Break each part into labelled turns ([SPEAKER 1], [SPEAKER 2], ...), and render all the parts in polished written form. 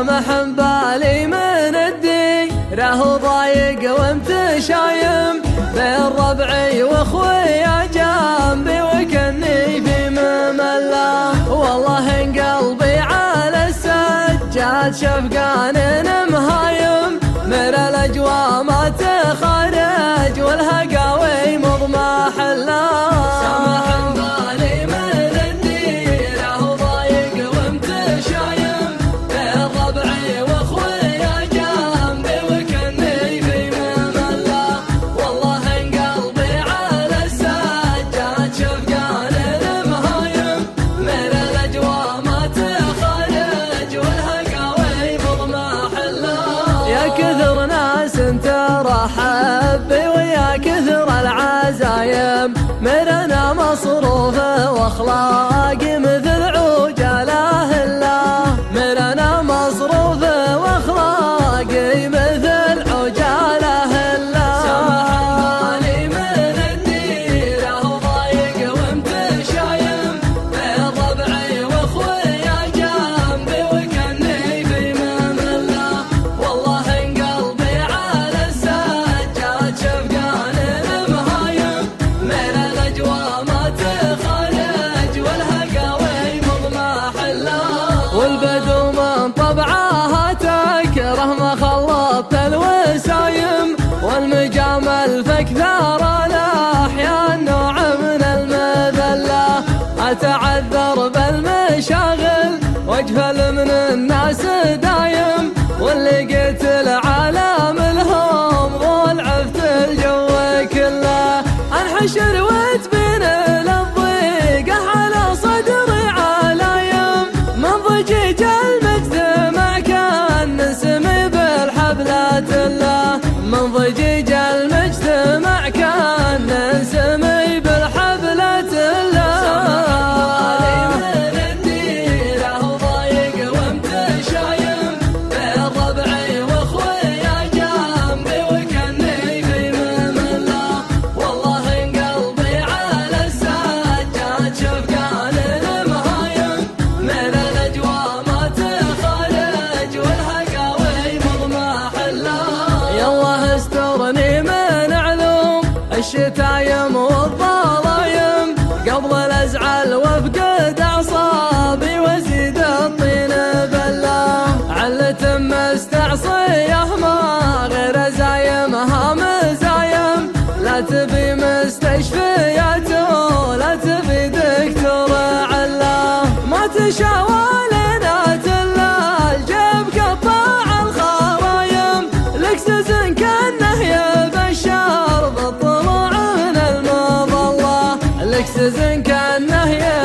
[SPEAKER 1] سامح بالي من الديره ضايق ومتشايم بين ربعي واخويا جنبي وكني في ممله. والله ان قلبي على السجاد شفقان مهايم من الاجواء ما تخرج والهقاوي مضمح الله. سامح بالي من الديره ضايق ومتشايم بين ربعي واخويا جنبي وكني في ممله. والله ان قلبي على السجاد شفقان مهايم من الاجواء ما تخرج والهقاوي مضمح الله. يا كثر ناس ترحب بي ويا كثر العزايم مرنا مصروفه واخلاقي مثل عجاله الله. مرنا مصروفه واخلاقي مثل عجاله الله. سامح بالي من الديره ضايق ومتشايم بين ربعي واخويا جنبي وكني في ممله. والله ان قلبي على السجاد شفقان مهايم من الاجواء ما تخرج والهقاوي مضمح الله. والبدو من طبعها تكره ما خلطت الوسايم والمجامل فاكثر الاحيان نوع من المذله. اتعذر بالمشاغل واجفل من الناس دايم واللي قلت العالم لهم ظل عفت الجو كله. انحشر وتبين الضيقه على صدري علايم من ضجيج المجتمع كان نسمي بالحبلات الله. من ضجيج المجتمع كان نسمي بالحبلات الله. من الديره ضايق ومتشايم بين ربعي واخويا جنبي وكني في ممله. والله ان قلبي على السجاد شفقان مهايم من الاجواء ما تخرج والهقاوي مضمح الله. يالله استرني من علوم الشتايم والظلايم قبل الازعل وافقد اعصابي وازيد الطين بالله. علة مستعصيه ما غير زايمها مزايم لا تبي مستشفيات ولا تبي دكتور عله. ما تشاوى ليلات الجيب قطاع الخرايم لكسس كانه يبشر بالطلوع من المظله. لكسس كانه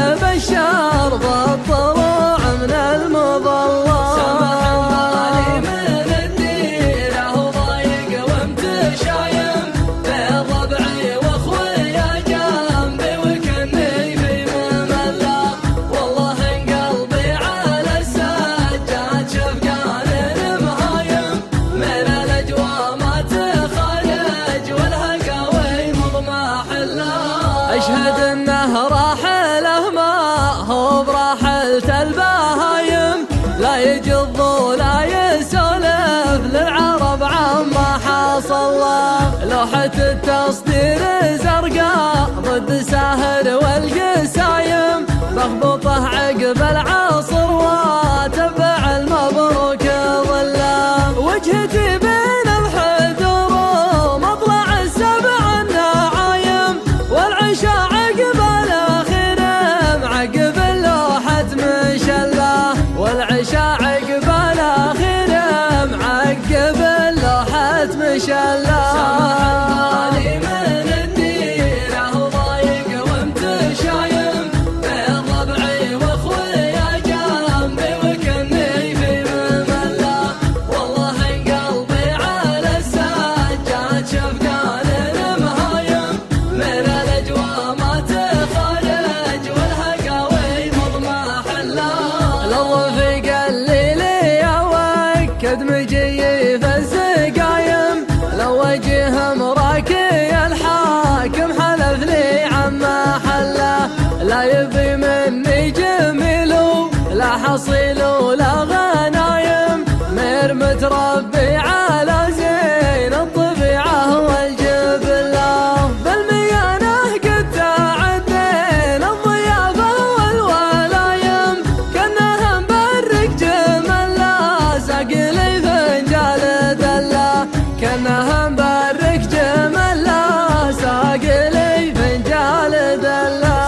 [SPEAKER 1] يبشر بالطلوع من المظله. سامح بالي من الديره ضايق ومتشايم بين ربعي واخويا جنبي وكني في ممله. والله ان قلبي على السجاد شفقان مهايم من الاجواء ما تخرج والهقاوي مضمح الله. اشهد انه راحله ما هو براحلة البهايم لا يجض ولا يسولف للعرب عما حصل له. لوحة التصدير زرقاء ضد ساهر والقسايم بخبطه عقب العصر واتبع المبروك ظله. وجهتي بين الحدور ومطلع السبع النعايم والعشاء عقب الاخير معقب اللوحة مشله. والعشاء عقب الاخير معقب اللوحة مشله. سامح بالي من الديره ضايق ومتشايم بين ربعي واخويا جنبي وكني في ممله. والله ان قلبي على السجاد شفقان مهايم من الاجواء ما تخرج والهقاوي مضمح الله. لو رفيق الليل يا وكد مجي في السقايم لو ربي على زين الطبيعة والجبلة، بالميانة قد تعدينا الضيافة والولايم، كنا مبرك جملا ساقلي فنجال دلا، كنا مبرك جملا ساقلي فنجال دلا.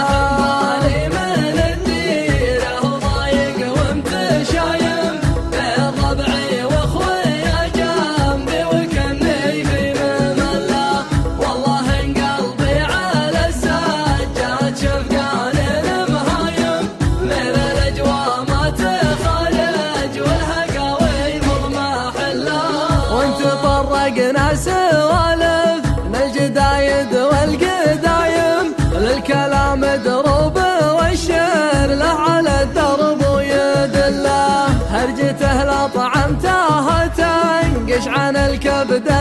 [SPEAKER 1] طرقنا سوالف من الجدايد والقدايم، للكلام دروب والشعر له على الدرب ويدله، هرجته لطعمته تنقش عن الكبد